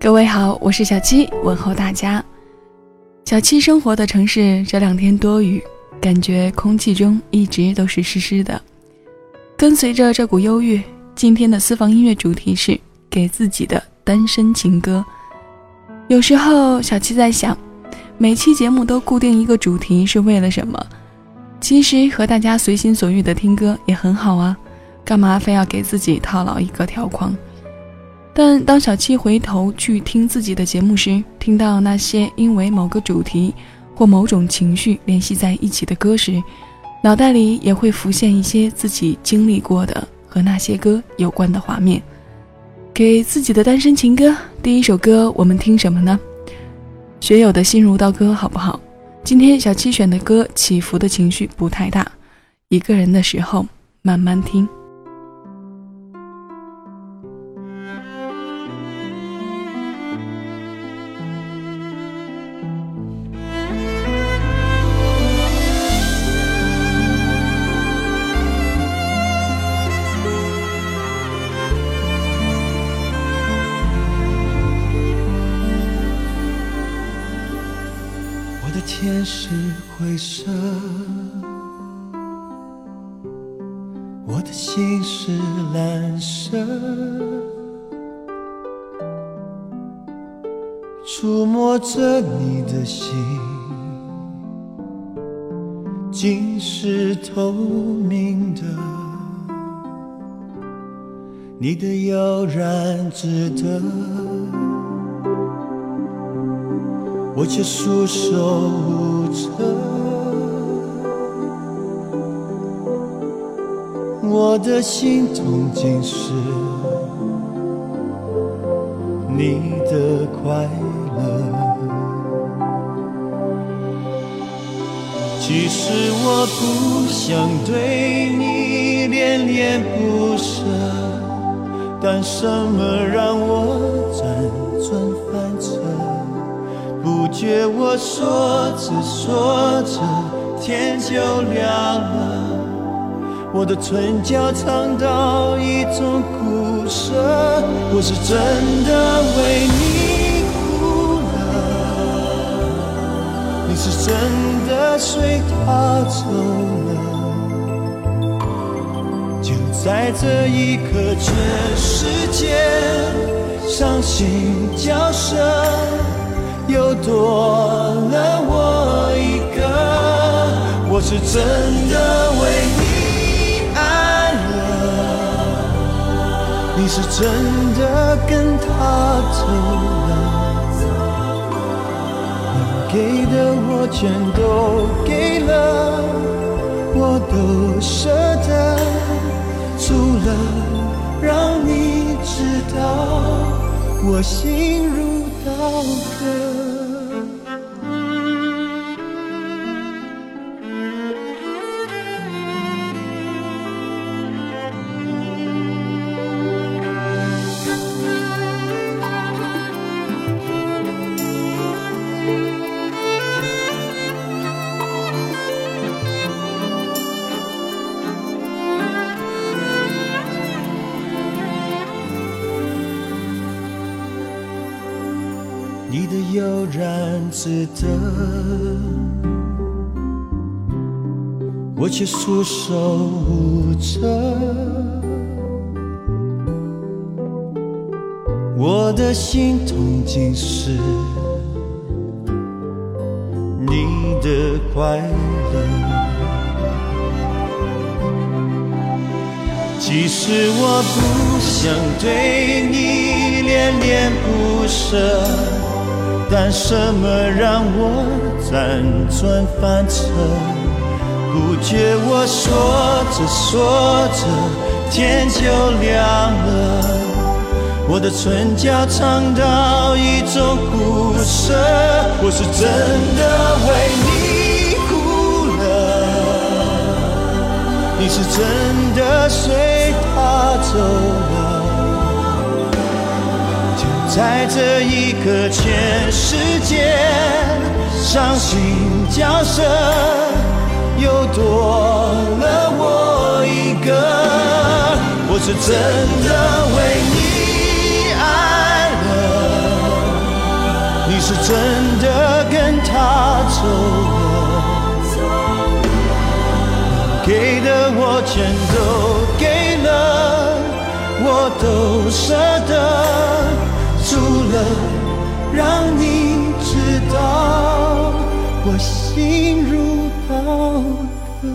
各位好，我是小七，问候大家。小七生活的城市这2天多雨，感觉空气中一直都是湿湿的。跟随着这股忧郁，今天的私房音乐主题是给自己的单身情歌。有时候小七在想，每期节目都固定一个主题是为了什么？其实和大家随心所欲的听歌也很好啊，干嘛非要给自己套牢一个条框？但当小七回头去听自己的节目时，听到那些因为某个主题或某种情绪联系在一起的歌时，脑袋里也会浮现一些自己经历过的和那些歌有关的画面。给自己的单身情歌，第一首歌我们听什么呢？学友的心如刀割好不好？今天小七选的歌起伏的情绪不太大，一个人的时候慢慢听。 天是灰色，我的心是蓝色，触摸着你的心，竟是透明的，你的悠然值得，我却束手无策，我的心痛竟是你的快乐。其实我不想对你恋恋不舍，但什么让我辗转反侧？不觉我说着说着天就亮了，我的唇角尝到一种苦涩，我是真的为你哭了，你是真的随他走了，就在这一刻全世界伤心角色又多了我一个，我是真的为你爱了，你是真的跟他走了，能给的我全都给了，我都舍得，除了让你知道我心如刀割。你的悠然值得，我却束手无策，我的心痛竟是你的快乐。其实我不想对你恋恋不舍，但什么让我辗转反侧？不觉我说着说着天就亮了，我的唇角尝到一种苦涩，我是真的为你哭了，你是真的随他走了，在这一刻全世界伤心角色又多了我一个，我是真的为你爱了， 你是真的跟他走了，给的我全都给了，我都舍得，除了让你知道我心如刀割。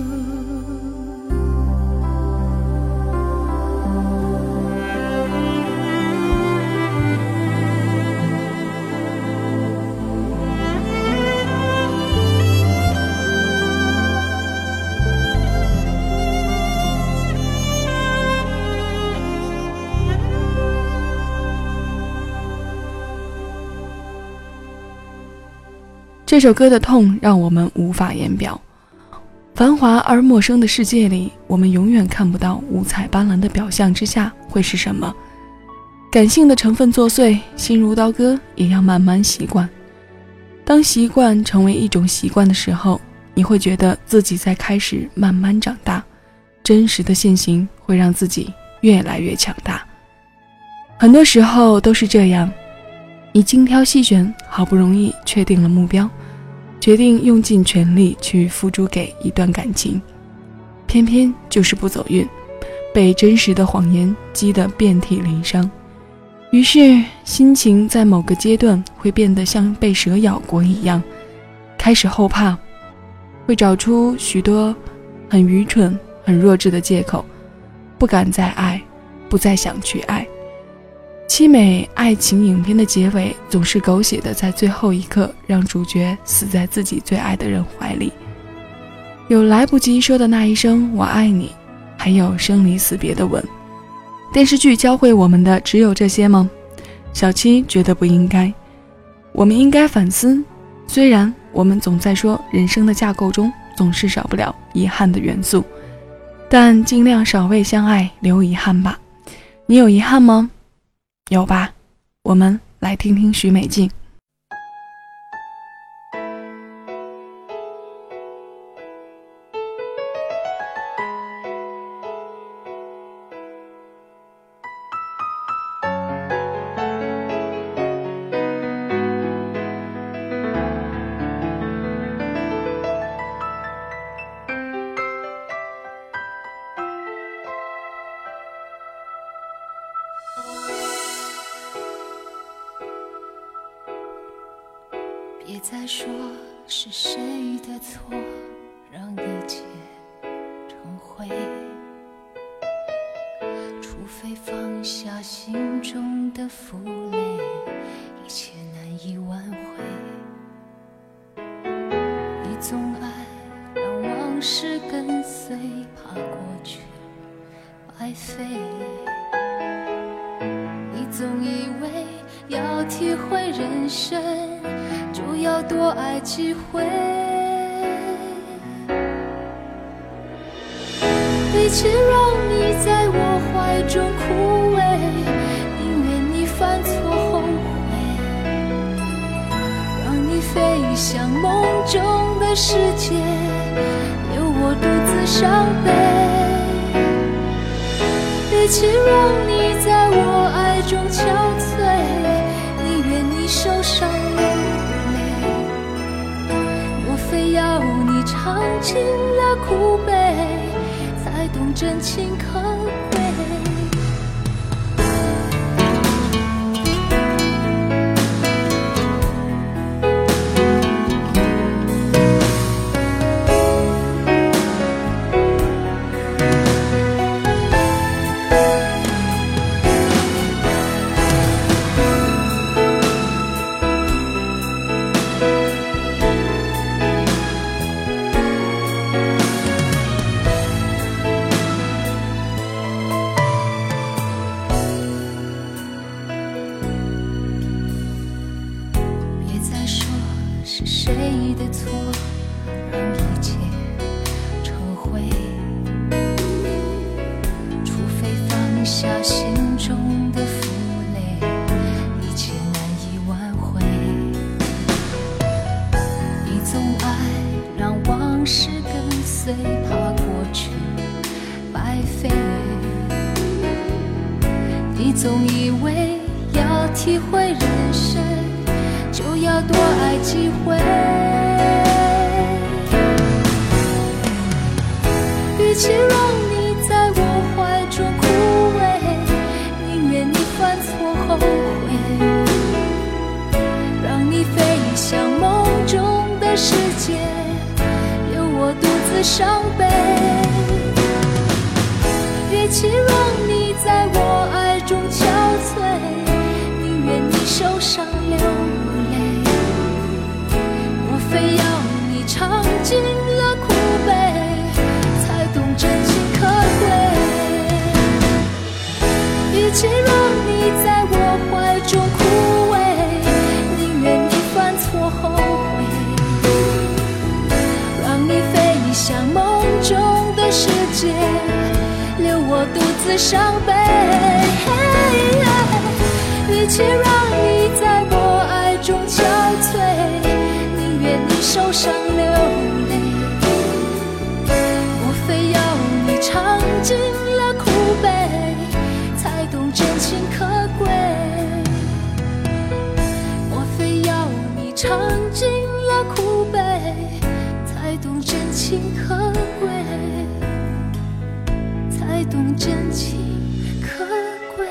这首歌的痛让我们无法言表。繁华而陌生的世界里，我们永远看不到五彩斑斓的表象之下会是什么。感性的成分作祟，心如刀割，也要慢慢习惯。当习惯成为一种习惯的时候，你会觉得自己在开始慢慢长大，真实的现行会让自己越来越强大。很多时候都是这样，你精挑细选，好不容易确定了目标，决定用尽全力去付诸给一段感情，偏偏就是不走运，被真实的谎言击得遍体鳞伤。于是心情在某个阶段会变得像被蛇咬过一样，开始后怕，会找出许多很愚蠢很弱智的借口，不敢再爱，不再想去爱。凄美爱情影片的结尾总是狗血的，在最后一刻让主角死在自己最爱的人怀里，有来不及说的那一声我爱你，还有生离死别的吻。电视剧教会我们的只有这些吗？小七觉得不应该。我们应该反思，虽然我们总在说人生的架构中总是少不了遗憾的元素，但尽量少为相爱留遗憾吧。你有遗憾吗？有吧？我们来听听许美静。 别再说是谁的错，让一切成灰，除非放下心中的负累，一切难以挽回。你总爱让往事跟随，怕过去白费。你总以为要体会人生，就要多爱几回。与其让你在我怀中枯萎，宁愿你犯错后悔，让你飞向梦中的世界，留我独自伤悲。与其让你在我爱中憔悴，宁愿你受伤流泪。若非要你尝尽了苦悲，才懂真情可贵。是谁的错，让一切成灰？除非放下心中的负累，一切难以挽回。你总爱让往事跟随，怕过去白费。你总以为要体会人生， 就要多爱几回。与其让你在我怀中枯萎，宁愿你犯错后悔，让你飞向梦中的世界，留我独自伤悲。与其让你在我爱中憔悴，宁愿你受伤流泪。莫非要你尝尽了苦悲，才懂真情可贵？与其让你在我怀中枯萎，宁愿你犯错后悔，让你飞向梦中的世界，留我独自伤悲。与其让你在我爱中憔悴，宁愿你受伤流泪。莫非要你尝尽了苦悲，才懂真情可贵？莫非要你尝尽了苦悲，才懂真情可贵？才懂真情可贵。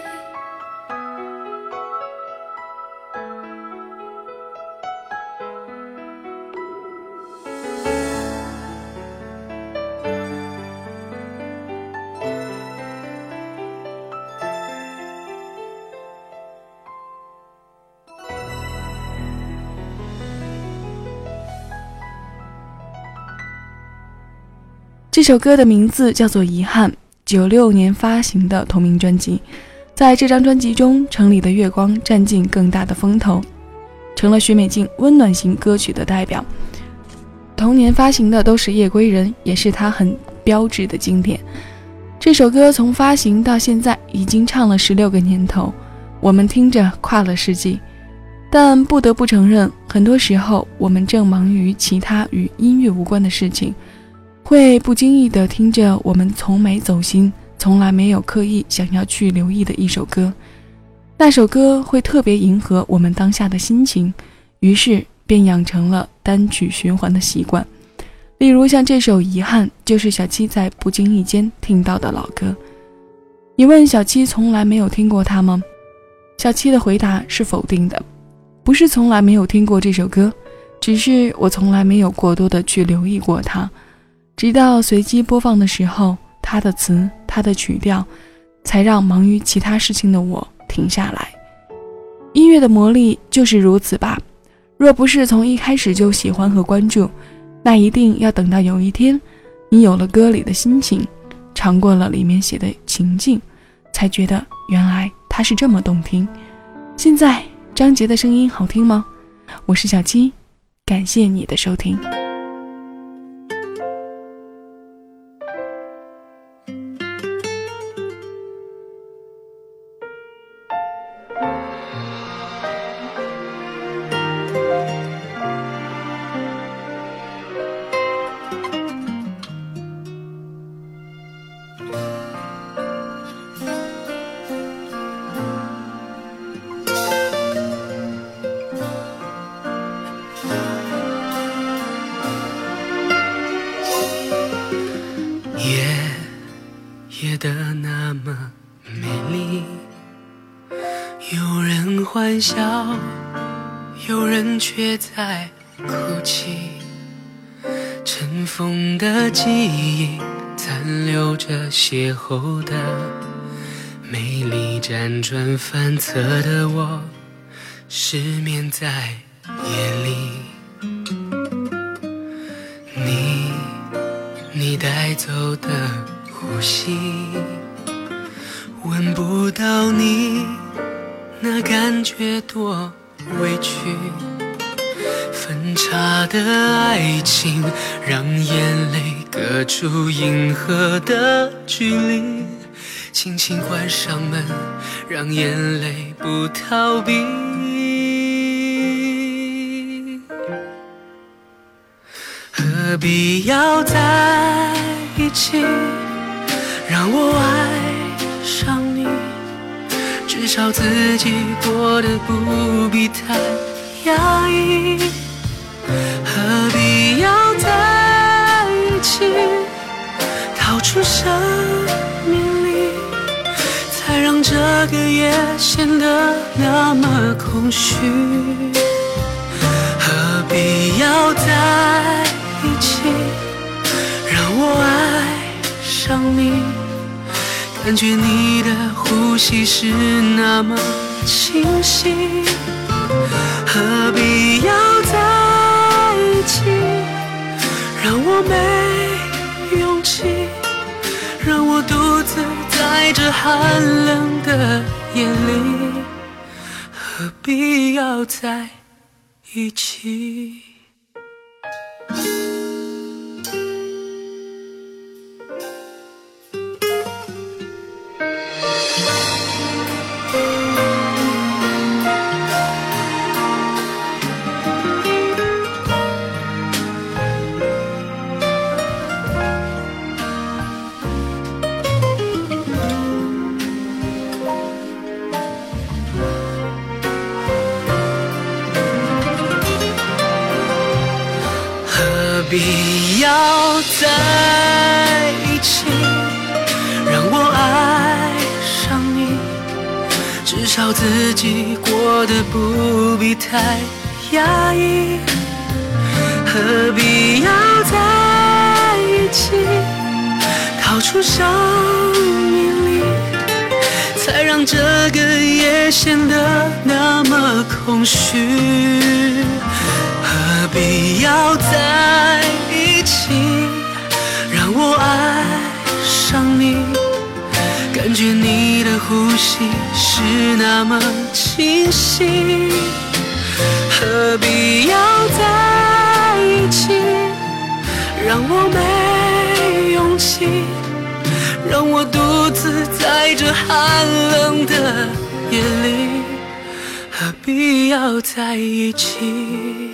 这首歌的名字叫做《遗憾》，96年发行的同名专辑。在这张专辑中，城里的月光占尽更大的风头，成了许美静温暖型歌曲的代表。同年发行的都是《夜归人》，也是她很标志的经典。这首歌从发行到现在已经唱了16个年头，我们听着跨了世纪。但不得不承认，很多时候我们正忙于其他与音乐无关的事情，会不经意地听着我们从没走心，从来没有刻意想要去留意的一首歌。那首歌会特别迎合我们当下的心情，于是便养成了单曲循环的习惯。例如像这首《遗憾》，就是小七在不经意间听到的老歌。你问小七从来没有听过它吗？小七的回答是否定的。不是从来没有听过这首歌，只是我从来没有过多的去留意过它，直到随机播放的时候，它的词，它的曲调，才让忙于其他事情的我停下来。音乐的魔力就是如此吧，若不是从一开始就喜欢和关注，那一定要等到有一天你有了歌里的心情，尝过了里面写的情境，才觉得原来它是这么动听。现在张杰的声音好听吗？我是小七，感谢你的收听。 夜的那么美丽，有人欢笑，有人却在哭泣。尘封的记忆残留着邂逅的美丽，辗转反侧的我失眠在夜里。你带走的呼吸，闻不到你，那感觉多委屈。分岔的爱情，让眼泪隔出银河的距离。轻轻关上门，让眼泪不逃避。何必要在一起，让我爱上你，至少自己过得不必太压抑，何必要在一起？逃出生命里，才让这个夜显得那么空虚。何必要在一起，让我爱上你，感觉你的呼吸是那么清晰。何必要在一起，让我没勇气，让我独自在这寒冷的夜里。何必要在一起？何必要在一起，让我爱上你，至少自己过得不必太压抑。何必要在一起，逃出生命里，才让这个夜显得那么空虚。何必要在一起，让我爱上你，感觉你的呼吸是那么清晰。何必要在一起，让我没勇气，让我独自在这寒冷的夜里。何必要在一起，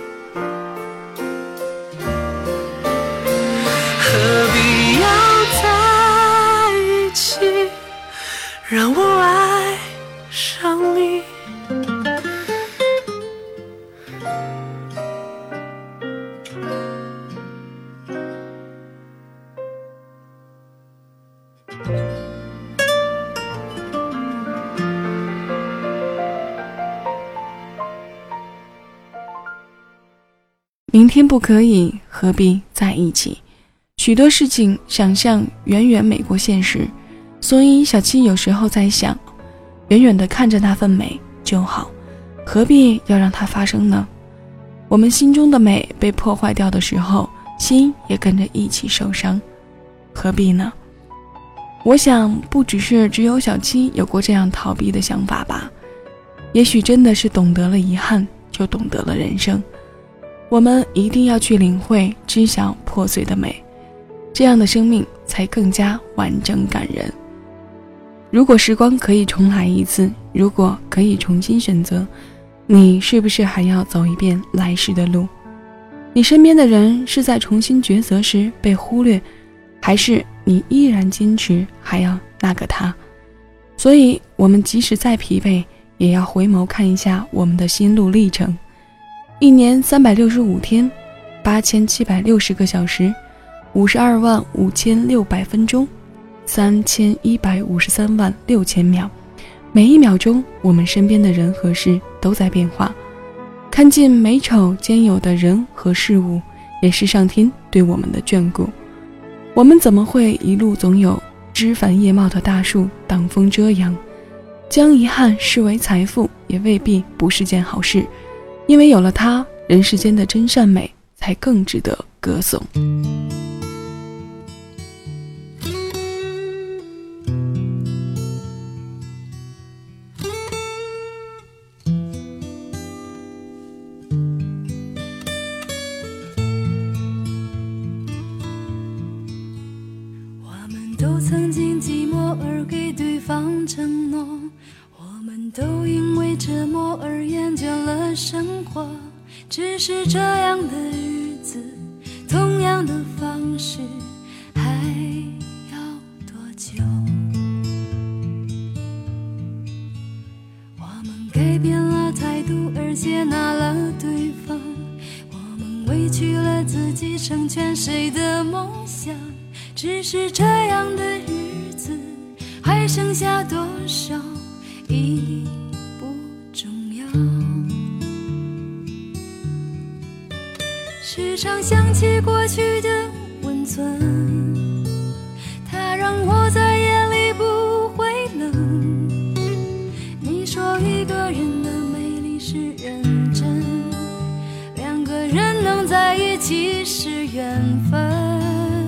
何必要在一起，让我爱上你。 明天不可以，何必在一起？许多事情想象远远美过现实，所以小七有时候在想，远远地看着那份美就好，何必要让它发生呢？我们心中的美被破坏掉的时候，心也跟着一起受伤，何必呢？我想不只有小七有过这样逃避的想法吧，也许真的是懂得了遗憾，就懂得了人生。我们一定要去领会知晓破碎的美，这样的生命才更加完整感人。如果时光可以重来一次，如果可以重新选择，你是不是还要走一遍来时的路？你身边的人是在重新抉择时被忽略，还是你依然坚持还要那个他？所以我们即使再疲惫，也要回眸看一下我们的心路历程。一年365天，8760个小时，525600分钟，31536000秒。每一秒钟，我们身边的人和事都在变化。看尽美丑兼有的人和事物，也是上天对我们的眷顾。我们怎么会一路总有枝繁叶茂的大树挡风遮阳？将遗憾视为财富，也未必不是件好事。因为有了它，人世间的真善美才更值得歌颂。 我们都曾经寂寞而给对方承诺，我们都因为折磨而厌倦了生活，只是这样的日子，同样的方式，还要多久？我们改变了态度，而接纳了自己成全谁的梦想，只是这样的日子还剩下多少已不重要。时常想起过去的温存，它让我在夜里不会冷。你说一个人的美丽是认真，两个人能在一起是缘分。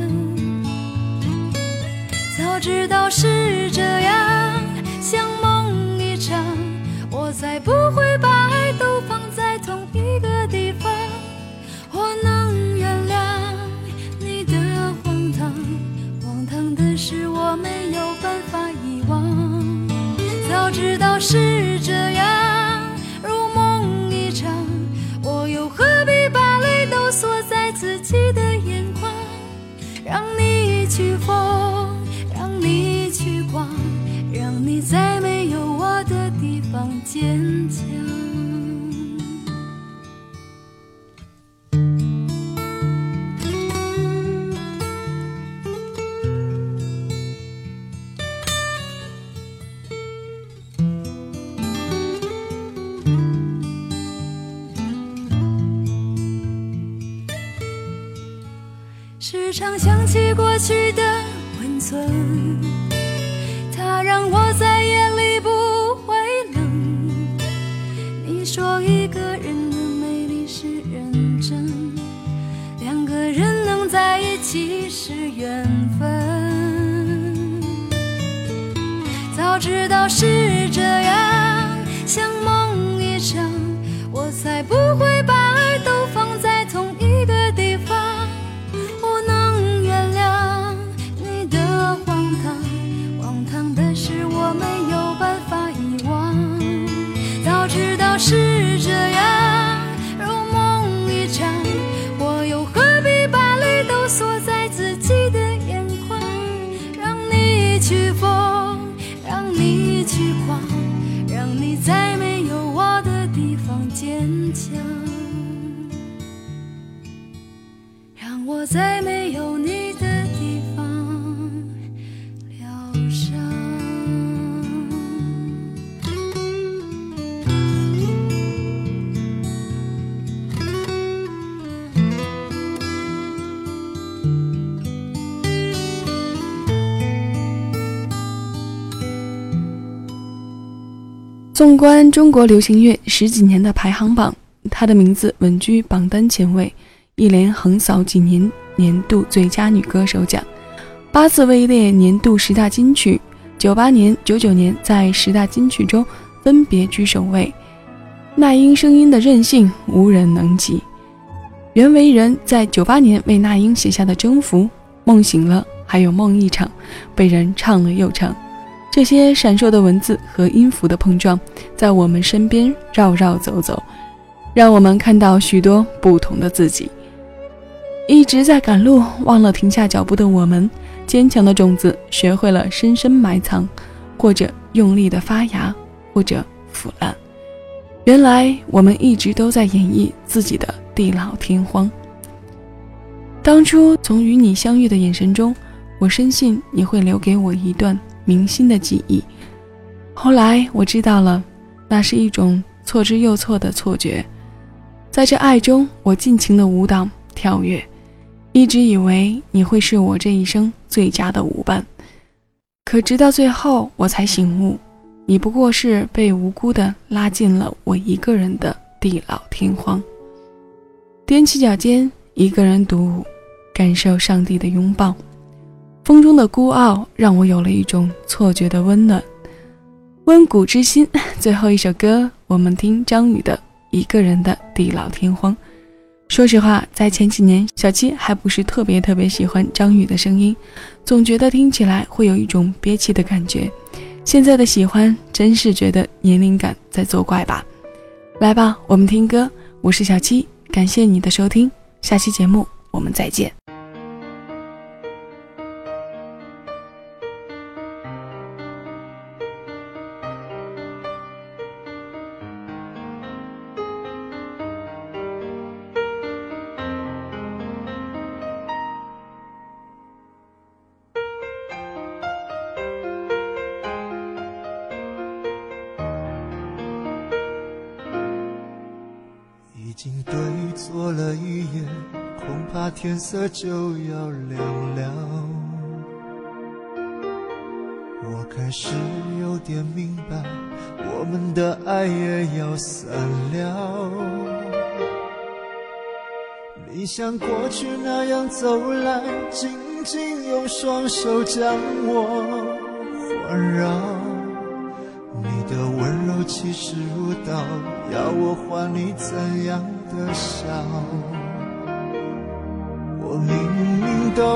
早知道是这样，像梦一场，我才不会把爱都放在同一个地方。我能原谅你的荒唐，荒唐的是我没有办法遗忘。早知道是这样，如梦一场，我又何必把泪都锁在自己的眼眶。让你去疯，让你去狂，让你在没有我的地方坚强。时常想起过去的温存，它让我在夜里不会冷。你说一个人的美丽是认真，两个人能在一起是缘分。早知道是这样，像梦一场，我才不会把爱都放在同一个地方。我没有办法遗忘。早知道是这样，如梦一场，我又何必把泪都锁在自己的眼眶。让你去疯，让你去狂，让你在没有我的地方坚强，让我在没有你的地方疗伤。 纵观中国流行乐十几年的排行榜，她的名字稳居榜单前位，一连横扫几年年度最佳女歌手奖，8次位列年度10大金曲，98年、99年在10大金曲中分别居首位。那英声音的韧性无人能及。袁惟仁在98年为那英写下的《征服》《梦醒了》还有《梦一场》被人唱了又唱。这些闪烁的文字和音符的碰撞，在我们身边绕绕走走，让我们看到许多不同的自己。一直在赶路，忘了停下脚步的我们，坚强的种子学会了深深埋藏，或者用力的发芽，或者腐烂。原来我们一直都在演绎自己的地老天荒。当初从与你相遇的眼神中，我深信你会留给我一段铭心的记忆。后来我知道了，那是一种错之又错的错觉。在这爱中，我尽情的舞蹈跳跃，一直以为你会是我这一生最佳的舞伴。可直到最后我才醒悟，你不过是被无辜的拉进了我一个人的地老天荒。踮起脚尖，一个人独舞，感受上帝的拥抱。风中的孤傲让我有了一种错觉的温暖。温故知新，最后一首歌我们听张宇的《一个人的地老天荒》。说实话，在前几年小七还不是特别喜欢张宇的声音，总觉得听起来会有一种憋气的感觉。现在的喜欢真是觉得年龄感在作怪吧。来吧，我们听歌，我是小七，感谢你的收听，下期节目我们再见。 坐了一夜，恐怕天色就要亮了。我开始有点明白，我们的爱也要散了。你像过去那样走来，紧紧用双手将我环绕，你的温柔气势如刀，要我还你怎样的笑？我明明都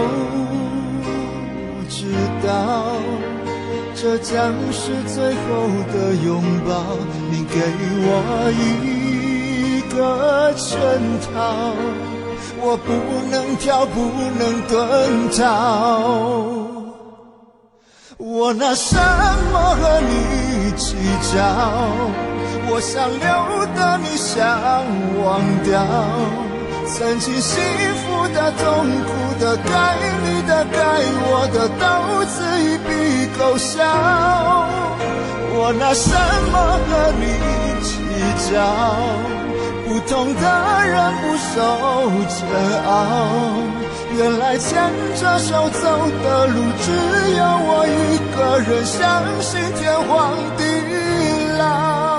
知道，这将是最后的拥抱，你给我一个圈套，我不能跳，不能遁逃。我拿什么和你计较？我想留的你想忘掉，曾经幸福的痛苦的该你的该我的都自一笔勾销。我拿什么和你计较？不同的人不受煎熬，原来牵着手走的路只有我一个人，相信天荒地老。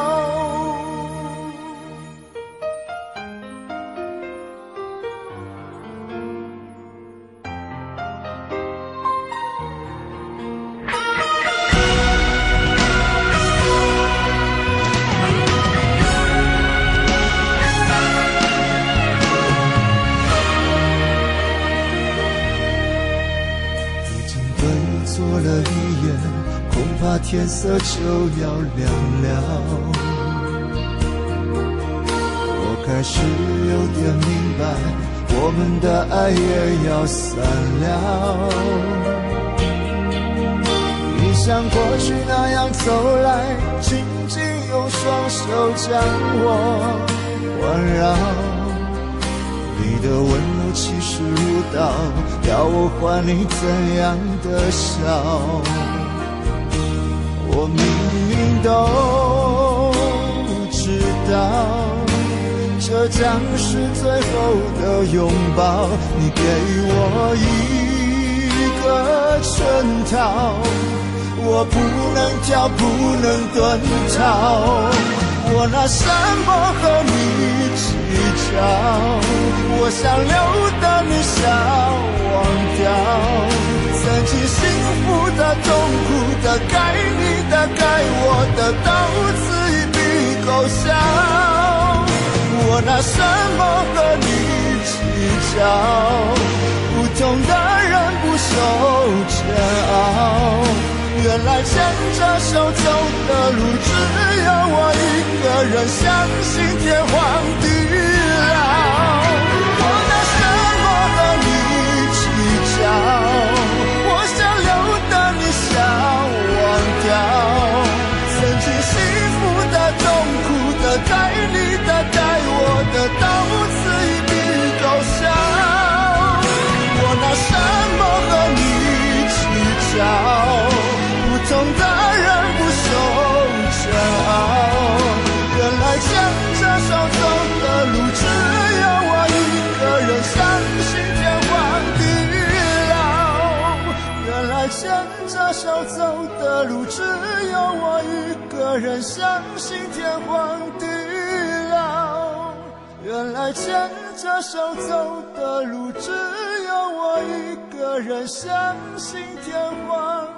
坐了一夜，恐怕天色就要亮了。我开始有点明白，我们的爱也要散了。你像过去那样走来，紧紧用双手将我环绕，你的温柔气势如刀，要我还你怎样的笑？我明明都知道，这将是最后的拥抱，你给我一个圈套，我不能跳，不能遁逃。我拿什么和你计较？我想留的你想忘掉，曾经幸福的痛苦的该你的该我的都自一笔勾销。我拿什么和你计较？不同的人不受煎熬，原来牵着手走的路只有我一个人，相信天荒地老。我拿什么和你计较？我想留的你想忘掉，曾经幸福的痛苦的该你的该我的都自一笔勾销。我拿什么和你计较？不同的人不受煎熬，原来牵着手走的路只有我一个人，相信天荒地老。原来牵着手走的路只有我一个人，相信天荒地老。原来牵着手走的路只有我一个人，相信天荒